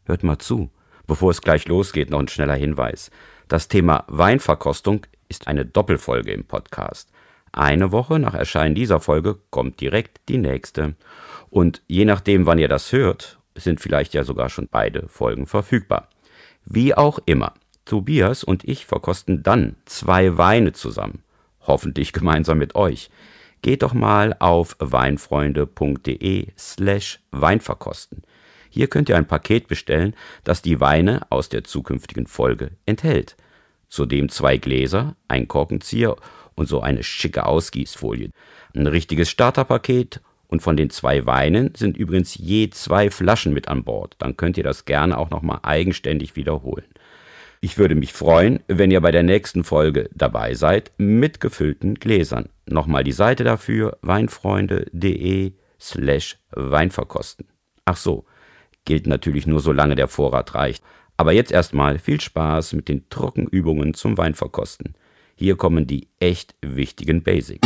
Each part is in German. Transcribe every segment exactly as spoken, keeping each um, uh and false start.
Hört mal zu. Bevor es gleich losgeht, noch ein schneller Hinweis. Das Thema Weinverkostung ist eine Doppelfolge im Podcast. Eine Woche nach Erscheinen dieser Folge kommt direkt die nächste. Und je nachdem, wann ihr das hört, sind vielleicht ja sogar schon beide Folgen verfügbar. Wie auch immer, Tobias und ich verkosten dann zwei Weine zusammen. Hoffentlich gemeinsam mit euch. Geht doch mal auf weinfreunde.de slash Weinverkosten. Hier könnt ihr ein Paket bestellen, das die Weine aus der zukünftigen Folge enthält. Zudem zwei Gläser, ein Korkenzieher und so eine schicke Ausgießfolie. Ein richtiges Starterpaket und von den zwei Weinen sind übrigens je zwei Flaschen mit an Bord. Dann könnt ihr das gerne auch nochmal eigenständig wiederholen. Ich würde mich freuen, wenn ihr bei der nächsten Folge dabei seid mit gefüllten Gläsern. Nochmal die Seite dafür, weinfreunde.de slash Weinverkosten. Ach so, gilt natürlich nur, solange der Vorrat reicht. Aber jetzt erstmal viel Spaß mit den Trockenübungen zum Weinverkosten. Hier kommen die echt wichtigen Basics.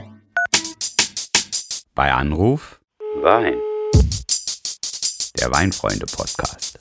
Bei Anruf Wein. Der Weinfreunde-Podcast.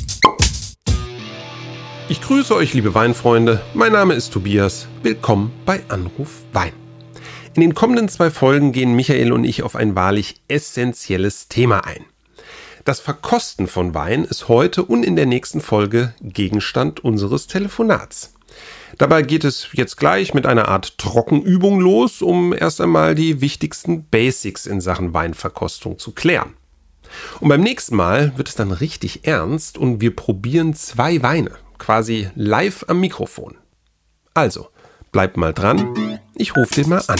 Ich grüße euch, liebe Weinfreunde. Mein Name ist Tobias. Willkommen bei Anruf Wein. In den kommenden zwei Folgen gehen Michael und ich auf ein wahrlich essentielles Thema ein. Das Verkosten von Wein ist heute und in der nächsten Folge Gegenstand unseres Telefonats. Dabei geht es jetzt gleich mit einer Art Trockenübung los, um erst einmal die wichtigsten Basics in Sachen Weinverkostung zu klären. Und beim nächsten Mal wird es dann richtig ernst und wir probieren zwei Weine, quasi live am Mikrofon. Also, bleibt mal dran, ich rufe den mal an.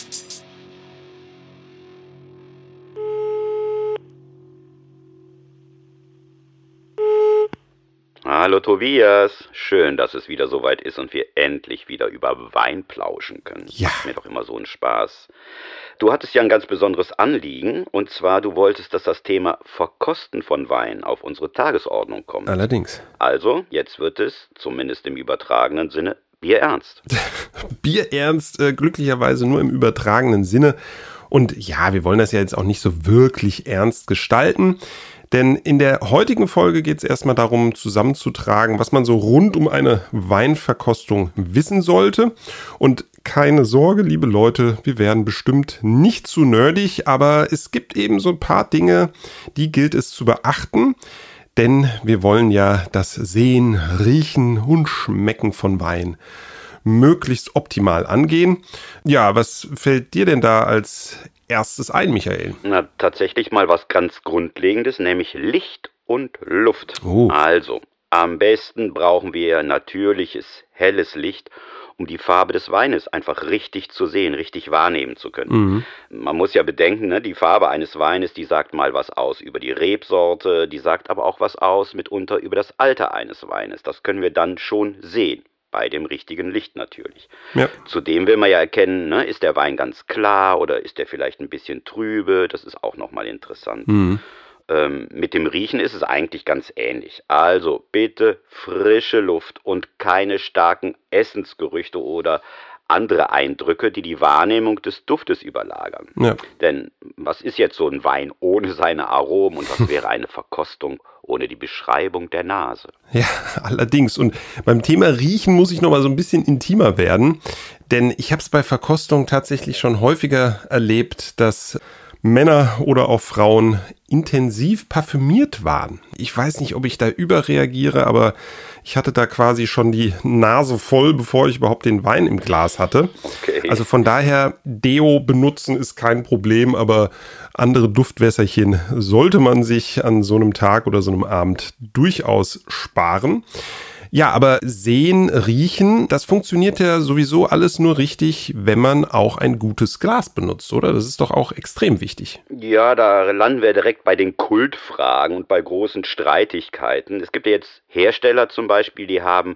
Hallo Tobias, schön, dass es wieder soweit ist und wir endlich wieder über Wein plauschen können. Ja. Macht mir doch immer so einen Spaß. Du hattest ja ein ganz besonderes Anliegen, und zwar du wolltest, dass das Thema Verkosten von Wein auf unsere Tagesordnung kommt. Allerdings. Also, jetzt wird es, zumindest im übertragenen Sinne, bierernst. Bierernst, äh, glücklicherweise nur im übertragenen Sinne. Und ja, wir wollen das ja jetzt auch nicht so wirklich ernst gestalten. Denn in der heutigen Folge geht es erstmal darum, zusammenzutragen, was man so rund um eine Weinverkostung wissen sollte. Und keine Sorge, liebe Leute, wir werden bestimmt nicht zu nerdig, aber es gibt eben so ein paar Dinge, die gilt es zu beachten. Denn wir wollen ja das Sehen, Riechen und Schmecken von Wein möglichst optimal angehen. Ja, was fällt dir denn da als erstes ein, Michael? Na, tatsächlich mal was ganz Grundlegendes, nämlich Licht und Luft. Oh. Also, am besten brauchen wir natürliches, helles Licht, um die Farbe des Weines einfach richtig zu sehen, richtig wahrnehmen zu können. Mhm. Man muss ja bedenken, ne, die Farbe eines Weines, die sagt mal was aus über die Rebsorte, die sagt aber auch was aus mitunter über das Alter eines Weines. Das können wir dann schon sehen. Bei dem richtigen Licht natürlich. Ja. Zudem will man ja erkennen, ne, ist der Wein ganz klar oder ist der vielleicht ein bisschen trübe? Das ist auch nochmal interessant. Mhm. Ähm, mit dem Riechen ist es eigentlich ganz ähnlich. Also bitte frische Luft und keine starken Essensgerüche oder andere Eindrücke, die die Wahrnehmung des Duftes überlagern. Ja. Denn was ist jetzt so ein Wein ohne seine Aromen und was wäre eine Verkostung ohne die Beschreibung der Nase? Ja, allerdings. Und beim Thema Riechen muss ich noch mal so ein bisschen intimer werden, denn ich habe es bei Verkostung tatsächlich schon häufiger erlebt, dass Männer oder auch Frauen intensiv parfümiert waren. Ich weiß nicht, ob ich da überreagiere, aber ich hatte da quasi schon die Nase voll, bevor ich überhaupt den Wein im Glas hatte. Okay. Also von daher, Deo benutzen ist kein Problem, aber andere Duftwässerchen sollte man sich an so einem Tag oder so einem Abend durchaus sparen. Ja, aber sehen, riechen, das funktioniert ja sowieso alles nur richtig, wenn man auch ein gutes Glas benutzt, oder? Das ist doch auch extrem wichtig. Ja, da landen wir direkt bei den Kultfragen und bei großen Streitigkeiten. Es gibt ja jetzt Hersteller zum Beispiel, die haben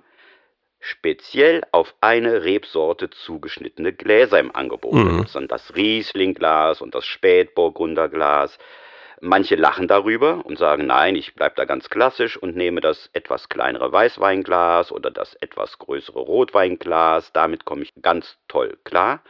speziell auf eine Rebsorte zugeschnittene Gläser im Angebot. Mhm. Da gibt es dann das Riesling-Glas und das Spätburgunder-Glas. Manche lachen darüber und sagen, nein, ich bleibe da ganz klassisch und nehme das etwas kleinere Weißweinglas oder das etwas größere Rotweinglas. Damit komme ich ganz toll klar.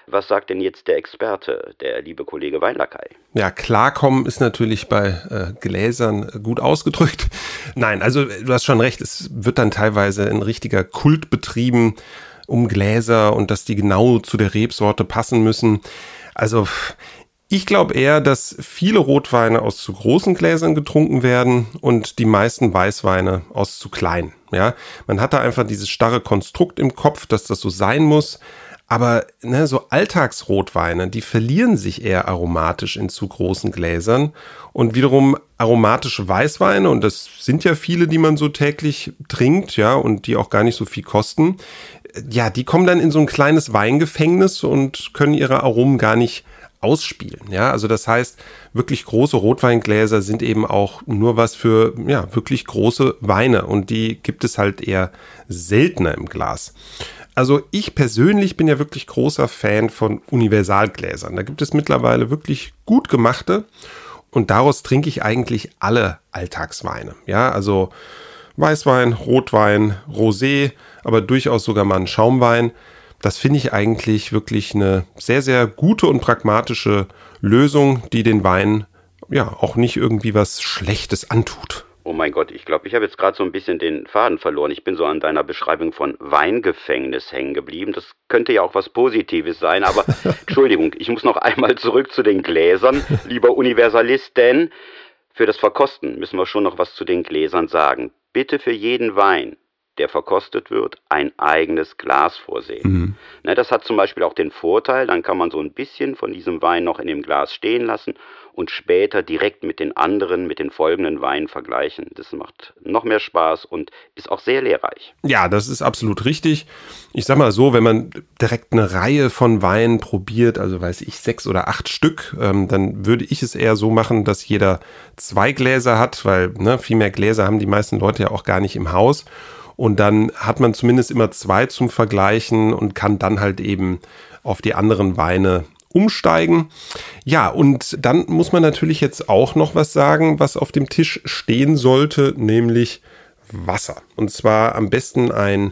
Was sagt denn jetzt der Experte, der liebe Kollege Weinlakai? Ja, klarkommen ist natürlich bei äh, Gläsern gut ausgedrückt. Nein, also du hast schon recht, es wird dann teilweise ein richtiger Kult betrieben um Gläser und dass die genau zu der Rebsorte passen müssen. Also ich glaube eher, dass viele Rotweine aus zu großen Gläsern getrunken werden und die meisten Weißweine aus zu kleinen. Ja, man hat da einfach dieses starre Konstrukt im Kopf, dass das so sein muss. Aber ne, so Alltagsrotweine, die verlieren sich eher aromatisch in zu großen Gläsern. Und wiederum aromatische Weißweine, und das sind ja viele, die man so täglich trinkt, ja, und die auch gar nicht so viel kosten, ja, die kommen dann in so ein kleines Weingefängnis und können ihre Aromen gar nicht ausspielen. Ja, also das heißt, wirklich große Rotweingläser sind eben auch nur was für, ja, wirklich große Weine, und die gibt es halt eher seltener im Glas. Also ich persönlich bin ja wirklich großer Fan von Universalgläsern. Da gibt es mittlerweile wirklich gut gemachte, und daraus trinke ich eigentlich alle Alltagsweine. Ja, also Weißwein, Rotwein, Rosé, aber durchaus sogar mal einen Schaumwein. Das finde ich eigentlich wirklich eine sehr, sehr gute und pragmatische Lösung, die den Wein ja auch nicht irgendwie was Schlechtes antut. Oh mein Gott, ich glaube, ich habe jetzt gerade so ein bisschen den Faden verloren. Ich bin so an deiner Beschreibung von Weingefängnis hängen geblieben. Das könnte ja auch was Positives sein, aber Entschuldigung, ich muss noch einmal zurück zu den Gläsern, lieber Universalist, denn für das Verkosten müssen wir schon noch was zu den Gläsern sagen. Bitte für jeden Wein, der verkostet wird, ein eigenes Glas vorsehen. Mhm. Ne, das hat zum Beispiel auch den Vorteil, dann kann man so ein bisschen von diesem Wein noch in dem Glas stehen lassen und später direkt mit den anderen, mit den folgenden Weinen vergleichen. Das macht noch mehr Spaß und ist auch sehr lehrreich. Ja, das ist absolut richtig. Ich sag mal so, wenn man direkt eine Reihe von Weinen probiert, also weiß ich, sechs oder acht Stück, ähm, dann würde ich es eher so machen, dass jeder zwei Gläser hat, weil ne, viel mehr Gläser haben die meisten Leute ja auch gar nicht im Haus. Und dann hat man zumindest immer zwei zum Vergleichen und kann dann halt eben auf die anderen Weine umsteigen. Ja, und dann muss man natürlich jetzt auch noch was sagen, was auf dem Tisch stehen sollte, nämlich Wasser. Und zwar am besten ein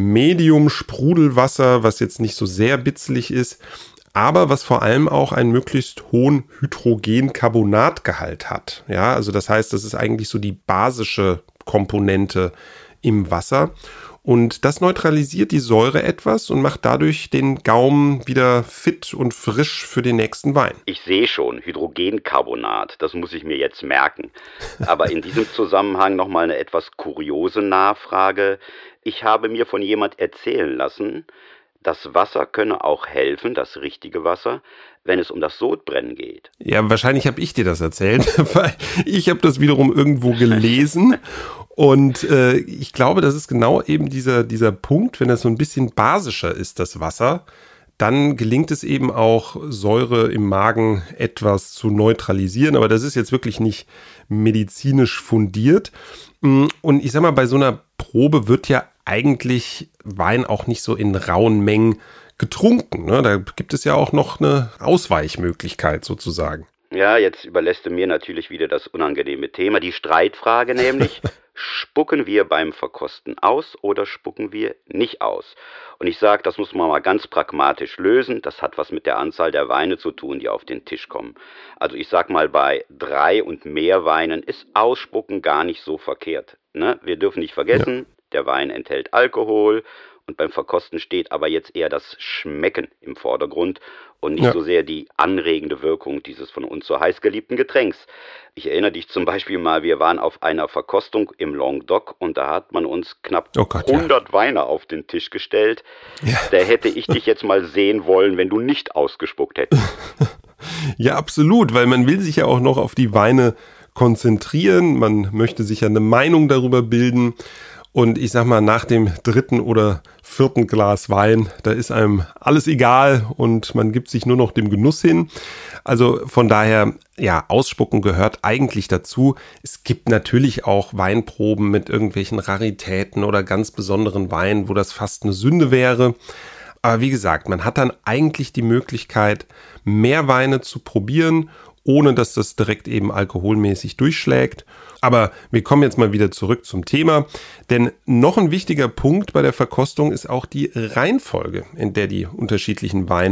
Medium-Sprudelwasser, was jetzt nicht so sehr bitzelig ist, aber was vor allem auch einen möglichst hohen Hydrogencarbonatgehalt hat. Ja, also das heißt, das ist eigentlich so die basische Komponente im Wasser, und das neutralisiert die Säure etwas und macht dadurch den Gaumen wieder fit und frisch für den nächsten Wein. Ich sehe schon, Hydrogencarbonat, das muss ich mir jetzt merken. Aber in diesem Zusammenhang nochmal eine etwas kuriose Nachfrage. Ich habe mir von jemand erzählen lassen, das Wasser könne auch helfen, das richtige Wasser, wenn es um das Sodbrennen geht. Ja, wahrscheinlich habe ich dir das erzählt, weil ich habe das wiederum irgendwo gelesen. Und äh, ich glaube, das ist genau eben dieser, dieser Punkt, wenn das so ein bisschen basischer ist, das Wasser, dann gelingt es eben auch, Säure im Magen etwas zu neutralisieren. Aber das ist jetzt wirklich nicht medizinisch fundiert. Und ich sag mal, bei so einer Probe wird ja eigentlich Wein auch nicht so in rauen Mengen getrunken. Ne? Da gibt es ja auch noch eine Ausweichmöglichkeit sozusagen. Ja, jetzt überlässt du mir natürlich wieder das unangenehme Thema, die Streitfrage nämlich, spucken wir beim Verkosten aus oder spucken wir nicht aus? Und ich sage, das muss man mal ganz pragmatisch lösen, das hat was mit der Anzahl der Weine zu tun, die auf den Tisch kommen. Also ich sag mal, bei drei und mehr Weinen ist Ausspucken gar nicht so verkehrt. Ne? Wir dürfen nicht vergessen, ja, der Wein enthält Alkohol. Und beim Verkosten steht aber jetzt eher das Schmecken im Vordergrund und nicht ja. so sehr die anregende Wirkung dieses von uns so heiß geliebten Getränks. Ich erinnere dich zum Beispiel mal, wir waren auf einer Verkostung im Languedoc und da hat man uns knapp oh Gott, hundert ja. Weine auf den Tisch gestellt. Ja. Da hätte ich dich jetzt mal sehen wollen, wenn du nicht ausgespuckt hättest. Ja, absolut, weil man will sich ja auch noch auf die Weine konzentrieren. Man möchte sich ja eine Meinung darüber bilden. Und ich sag mal, nach dem dritten oder vierten Glas Wein, da ist einem alles egal und man gibt sich nur noch dem Genuss hin. Also von daher, ja, Ausspucken gehört eigentlich dazu. Es gibt natürlich auch Weinproben mit irgendwelchen Raritäten oder ganz besonderen Weinen, wo das fast eine Sünde wäre. Aber wie gesagt, man hat dann eigentlich die Möglichkeit, mehr Weine zu probieren, ohne dass das direkt eben alkoholmäßig durchschlägt. Aber wir kommen jetzt mal wieder zurück zum Thema, denn noch ein wichtiger Punkt bei der Verkostung ist auch die Reihenfolge, in der die unterschiedlichen Weine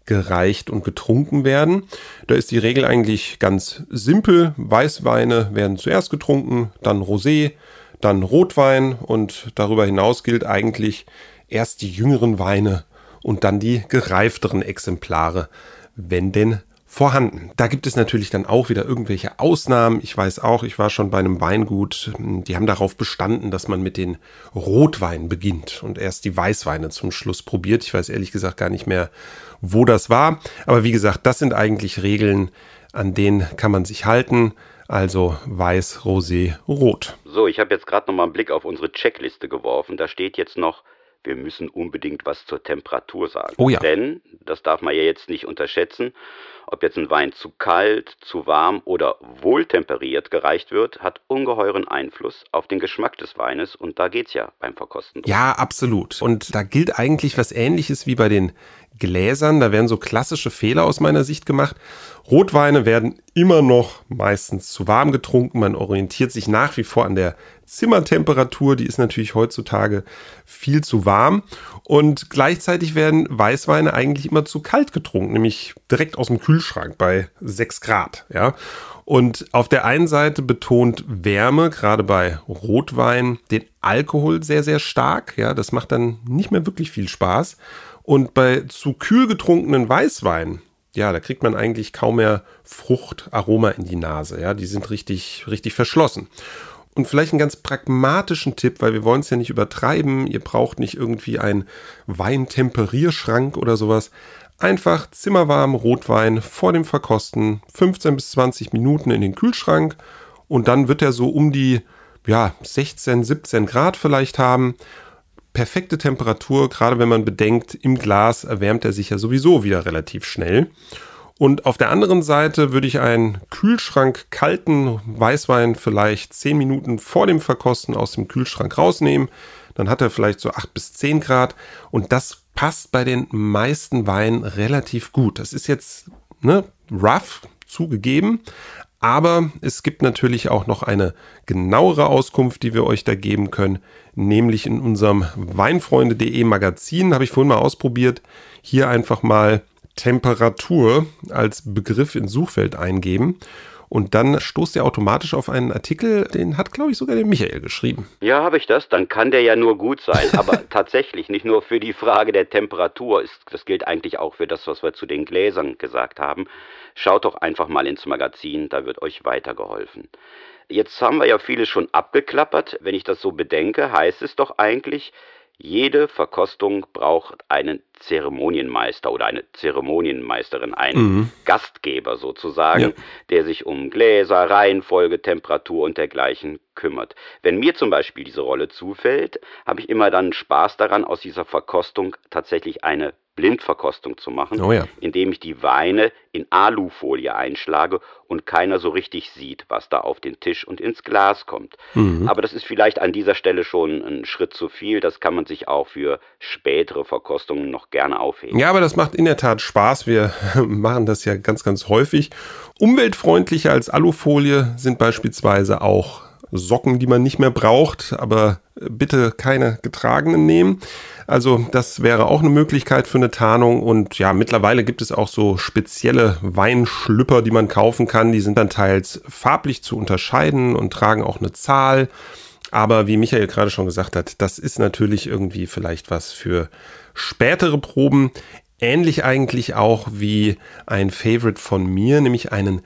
gereicht und getrunken werden. Da ist die Regel eigentlich ganz simpel. Weißweine werden zuerst getrunken, dann Rosé, dann Rotwein und darüber hinaus gilt eigentlich erst die jüngeren Weine und dann die gereifteren Exemplare, wenn denn vorhanden. Da gibt es natürlich dann auch wieder irgendwelche Ausnahmen. Ich weiß auch, ich war schon bei einem Weingut, die haben darauf bestanden, dass man mit den Rotweinen beginnt und erst die Weißweine zum Schluss probiert. Ich weiß ehrlich gesagt gar nicht mehr, wo das war. Aber wie gesagt, das sind eigentlich Regeln, an denen kann man sich halten. Also Weiß, Rosé, Rot. So, ich habe jetzt gerade noch mal einen Blick auf unsere Checkliste geworfen. Da steht jetzt noch, wir müssen unbedingt was zur Temperatur sagen. Oh ja. Denn, das darf man ja jetzt nicht unterschätzen, ob jetzt ein Wein zu kalt, zu warm oder wohltemperiert gereicht wird, hat ungeheuren Einfluss auf den Geschmack des Weines und da geht's ja beim Verkosten. Ja, absolut. Und da gilt eigentlich was Ähnliches wie bei den Gläsern. Da werden so klassische Fehler aus meiner Sicht gemacht. Rotweine werden immer noch meistens zu warm getrunken. Man orientiert sich nach wie vor an der Zimmertemperatur. Die ist natürlich heutzutage viel zu warm. Und gleichzeitig werden Weißweine eigentlich immer zu kalt getrunken, nämlich direkt aus dem Kühlschrank bei sechs Grad. Ja. Und auf der einen Seite betont Wärme, gerade bei Rotwein, den Alkohol sehr, sehr stark. Ja, das macht dann nicht mehr wirklich viel Spaß. Und bei zu kühl getrunkenen Weißwein, ja, da kriegt man eigentlich kaum mehr Fruchtaroma in die Nase. Ja, die sind richtig, richtig verschlossen. Und vielleicht einen ganz pragmatischen Tipp, weil wir wollen es ja nicht übertreiben. Ihr braucht nicht irgendwie einen Weintemperierschrank oder sowas. Einfach zimmerwarm Rotwein vor dem Verkosten, fünfzehn bis zwanzig Minuten in den Kühlschrank und dann wird er so um die ja, sechzehn, siebzehn Grad vielleicht haben. Perfekte Temperatur, gerade wenn man bedenkt, im Glas erwärmt er sich ja sowieso wieder relativ schnell. Und auf der anderen Seite würde ich einen Kühlschrank kalten Weißwein vielleicht zehn Minuten vor dem Verkosten aus dem Kühlschrank rausnehmen. Dann hat er vielleicht so acht bis zehn Grad und das passt bei den meisten Weinen relativ gut. Das ist jetzt ne, rough zugegeben, aber es gibt natürlich auch noch eine genauere Auskunft, die wir euch da geben können, nämlich in unserem Weinfreunde punkt de Magazin, habe ich vorhin mal ausprobiert, hier einfach mal Temperatur als Begriff ins Suchfeld eingeben und dann stoßt ihr automatisch auf einen Artikel, den hat, glaube ich, sogar der Michael geschrieben. Ja, habe ich das, dann kann der ja nur gut sein, aber tatsächlich nicht nur für die Frage der Temperatur, ist, das gilt eigentlich auch für das, was wir zu den Gläsern gesagt haben. Schaut doch einfach mal ins Magazin, da wird euch weitergeholfen. Jetzt haben wir ja vieles schon abgeklappert. Wenn ich das so bedenke, heißt es doch eigentlich, jede Verkostung braucht einen Zeremonienmeister oder eine Zeremonienmeisterin, einen mhm. Gastgeber sozusagen, ja. der sich um Gläser, Reihenfolge, Temperatur und dergleichen kümmert. Wenn mir zum Beispiel diese Rolle zufällt, habe ich immer dann Spaß daran, aus dieser Verkostung tatsächlich eine Blindverkostung zu machen, oh ja. indem ich die Weine in Alufolie einschlage und keiner so richtig sieht, was da auf den Tisch und ins Glas kommt. Mhm. Aber das ist vielleicht an dieser Stelle schon ein Schritt zu viel. Das kann man sich auch für spätere Verkostungen noch gerne aufheben. Ja, aber das macht in der Tat Spaß. Wir machen das ja ganz, ganz häufig. Umweltfreundlicher als Alufolie sind beispielsweise auch Socken, die man nicht mehr braucht, aber bitte keine getragenen nehmen. Also das wäre auch eine Möglichkeit für eine Tarnung und ja, mittlerweile gibt es auch so spezielle Weinschlüpper, die man kaufen kann. Die sind dann teils farblich zu unterscheiden und tragen auch eine Zahl. Aber wie Michael gerade schon gesagt hat, das ist natürlich irgendwie vielleicht was für spätere Proben. Ähnlich eigentlich auch wie ein Favorite von mir, nämlich einen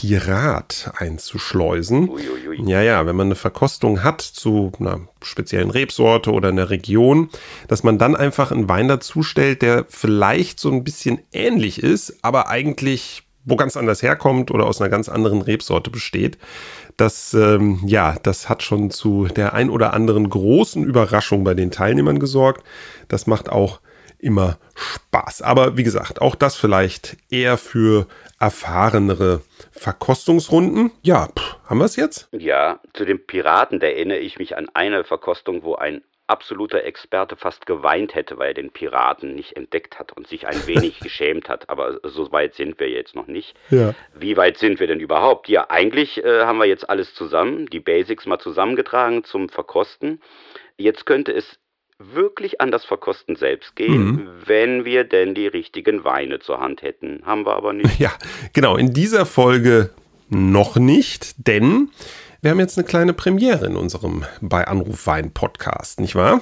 Pirat einzuschleusen. Uiuiui. Ja, ja, wenn man eine Verkostung hat zu einer speziellen Rebsorte oder einer Region, dass man dann einfach einen Wein dazustellt, der vielleicht so ein bisschen ähnlich ist, aber eigentlich wo ganz anders herkommt oder aus einer ganz anderen Rebsorte besteht. Das, ähm, ja, das hat schon zu der ein oder anderen großen Überraschung bei den Teilnehmern gesorgt. Das macht auch immer Spaß. Aber wie gesagt, auch das vielleicht eher für erfahrenere Verkostungsrunden. Ja, pff, haben wir es jetzt? Ja, zu den Piraten erinnere ich mich an eine Verkostung, wo ein absoluter Experte fast geweint hätte, weil er den Piraten nicht entdeckt hat und sich ein wenig geschämt hat. Aber so weit sind wir jetzt noch nicht. Ja. Wie weit sind wir denn überhaupt? Ja, eigentlich äh, haben wir jetzt alles zusammen, die Basics mal zusammengetragen zum Verkosten. Jetzt könnte es wirklich an das Verkosten selbst gehen, mhm. wenn wir denn die richtigen Weine zur Hand hätten. Haben wir aber nicht. Ja, genau. In dieser Folge noch nicht, denn wir haben jetzt eine kleine Premiere in unserem Bei Anruf Wein Podcast, nicht wahr?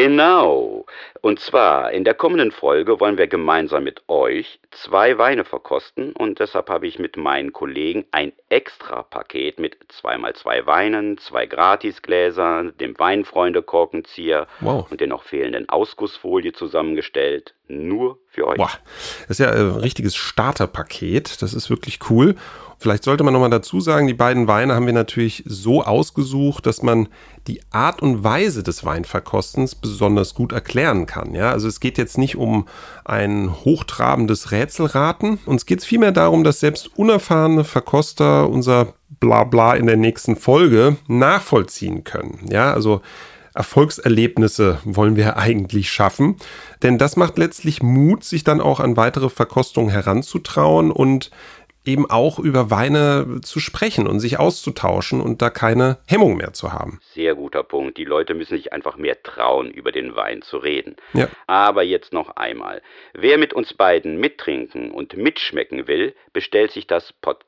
Genau. Und zwar in der kommenden Folge wollen wir gemeinsam mit euch zwei Weine verkosten und deshalb habe ich mit meinen Kollegen ein Extra-Paket mit zwei mal zwei Weinen, zwei Gratisgläsern, dem Weinfreunde-Korkenzieher wow. und der noch fehlenden Ausgussfolie zusammengestellt. Nur für euch. Boah, das ist ja ein richtiges Starterpaket. Das ist wirklich cool. Vielleicht sollte man nochmal dazu sagen, die beiden Weine haben wir natürlich so ausgesucht, dass man die Art und Weise des Weinverkostens besonders gut erklären kann. Ja, also es geht jetzt nicht um ein hochtrabendes Rätselraten. Uns geht es vielmehr darum, dass selbst unerfahrene Verkoster unser Blabla in der nächsten Folge nachvollziehen können. Ja, also Erfolgserlebnisse wollen wir eigentlich schaffen, denn das macht letztlich Mut, sich dann auch an weitere Verkostungen heranzutrauen und eben auch über Weine zu sprechen und sich auszutauschen und da keine Hemmung mehr zu haben. Sehr guter Punkt. Die Leute müssen sich einfach mehr trauen, über den Wein zu reden. Ja. Aber jetzt noch einmal. Wer mit uns beiden mittrinken und mitschmecken will, bestellt sich das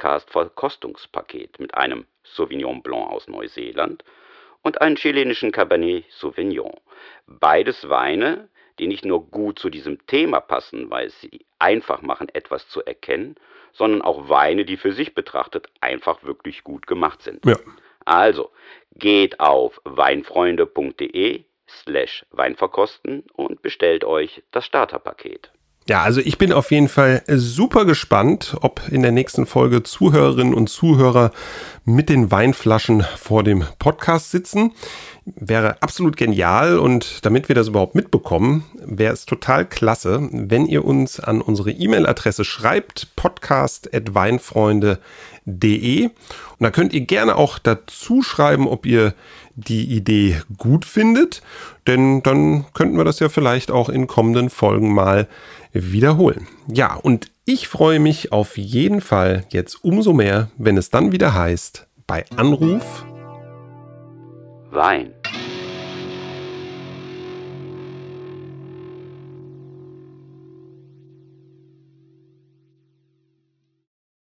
Podcast-Verkostungspaket mit einem Sauvignon Blanc aus Neuseeland und einen chilenischen Cabernet Sauvignon. Beides Weine, die nicht nur gut zu diesem Thema passen, weil sie einfach machen, etwas zu erkennen, sondern auch Weine, die für sich betrachtet einfach wirklich gut gemacht sind. Ja. Also, geht auf weinfreunde.de slash Weinverkosten und bestellt euch das Starterpaket. Ja, also ich bin auf jeden Fall super gespannt, ob in der nächsten Folge Zuhörerinnen und Zuhörer mit den Weinflaschen vor dem Podcast sitzen. Wäre absolut genial und damit wir das überhaupt mitbekommen, wäre es total klasse, wenn ihr uns an unsere E-Mail-Adresse schreibt, podcast at weinfreunde punkt de. Und da könnt ihr gerne auch dazu schreiben, ob ihr die Idee gut findet, denn dann könnten wir das ja vielleicht auch in kommenden Folgen mal wiederholen. Ja, und ich freue mich auf jeden Fall jetzt umso mehr, wenn es dann wieder heißt, bei Anruf Wein.